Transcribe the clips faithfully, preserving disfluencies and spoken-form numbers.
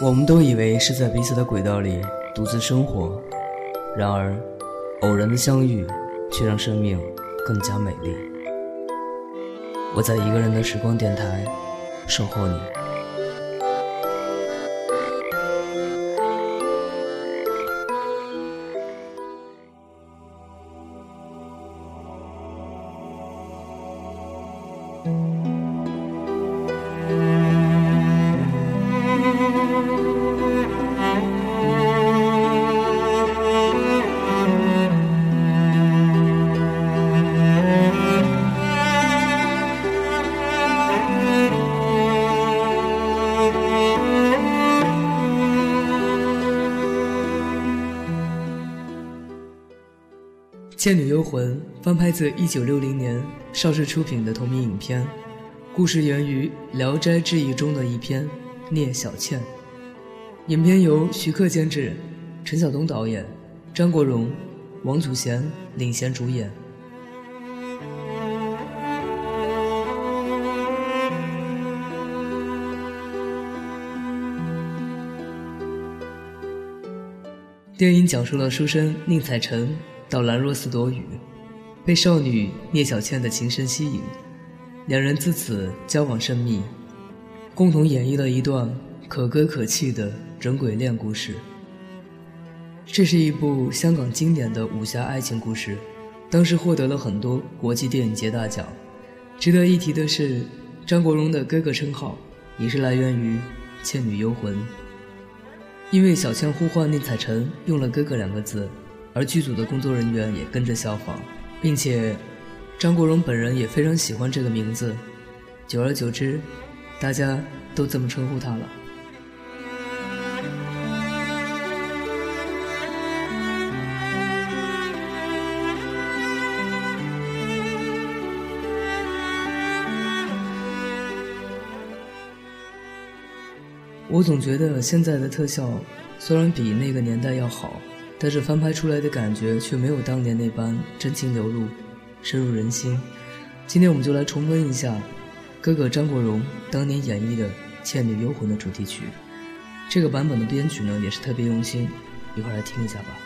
我们都以为是在彼此的轨道里独自生活，然而偶然的相遇却让生命更加美丽。我在一个人的时光电台守候你。《倩女幽魂》翻拍自一九六零年邵氏出品的同名影片，故事源于《聊斋志异》中的一篇《聂小倩》。影片由徐克监制，陈晓东导演，张国荣、王祖贤领衔主演。电影讲述了书生宁采臣到兰若寺躲雨，被少女聂小倩的情深吸引，两人自此交往甚密，共同演绎了一段可歌可泣的人鬼恋故事。这是一部香港经典的武侠爱情故事，当时获得了很多国际电影节大奖。值得一提的是，张国荣的哥哥称号也是来源于《倩女幽魂》，因为小倩呼唤宁采臣用了哥哥两个字，而剧组的工作人员也跟着效仿，并且张国荣本人也非常喜欢这个名字，久而久之大家都这么称呼他了。我总觉得现在的特效虽然比那个年代要好，但是翻拍出来的感觉却没有当年那般真情流露，深入人心。今天我们就来重温一下哥哥张国荣当年演绎的《倩女幽魂》的主题曲。这个版本的编曲呢也是特别用心，一块来听一下吧。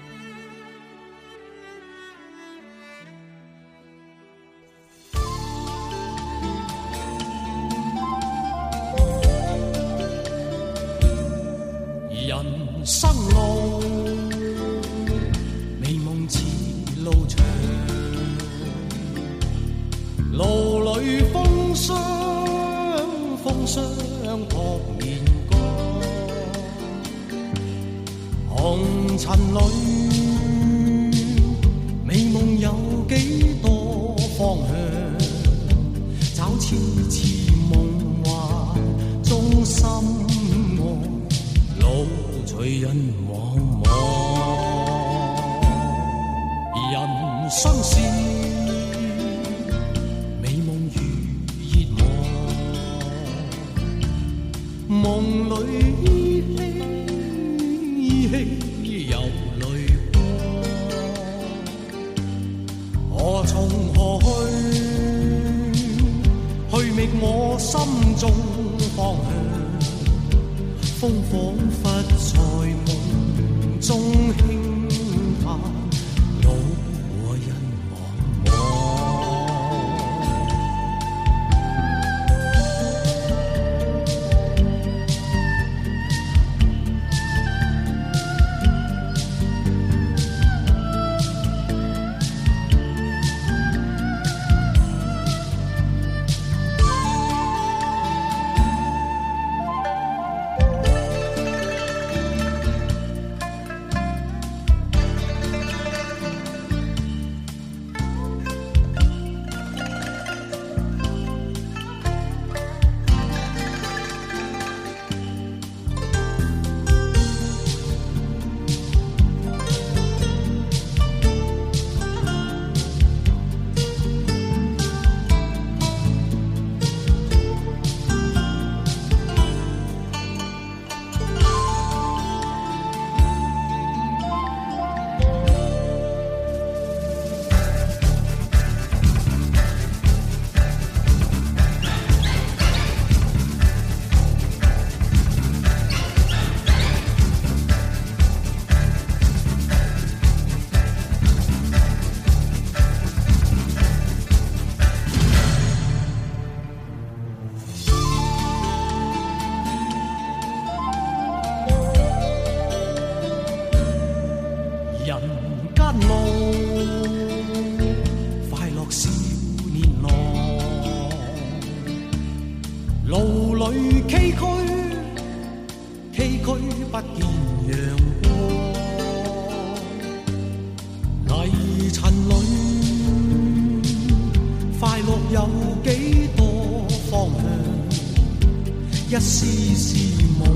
人生路，美梦似路長，路裏風霜，風霜撲面光，紅塵裏，美夢有幾多方向，找次次夢幻中心愛，路隨人茫茫，人生是美夢如熱望，夢裏依稀依稀有淚光，何從何去，去覓我心中方向，風彷彿在夢中輕嘆，路和人茫茫。 人間路，快樂少年郎，路裏崎嶇，崎嶇不見陽光，泥塵裏快樂有幾多方向，一絲絲夢。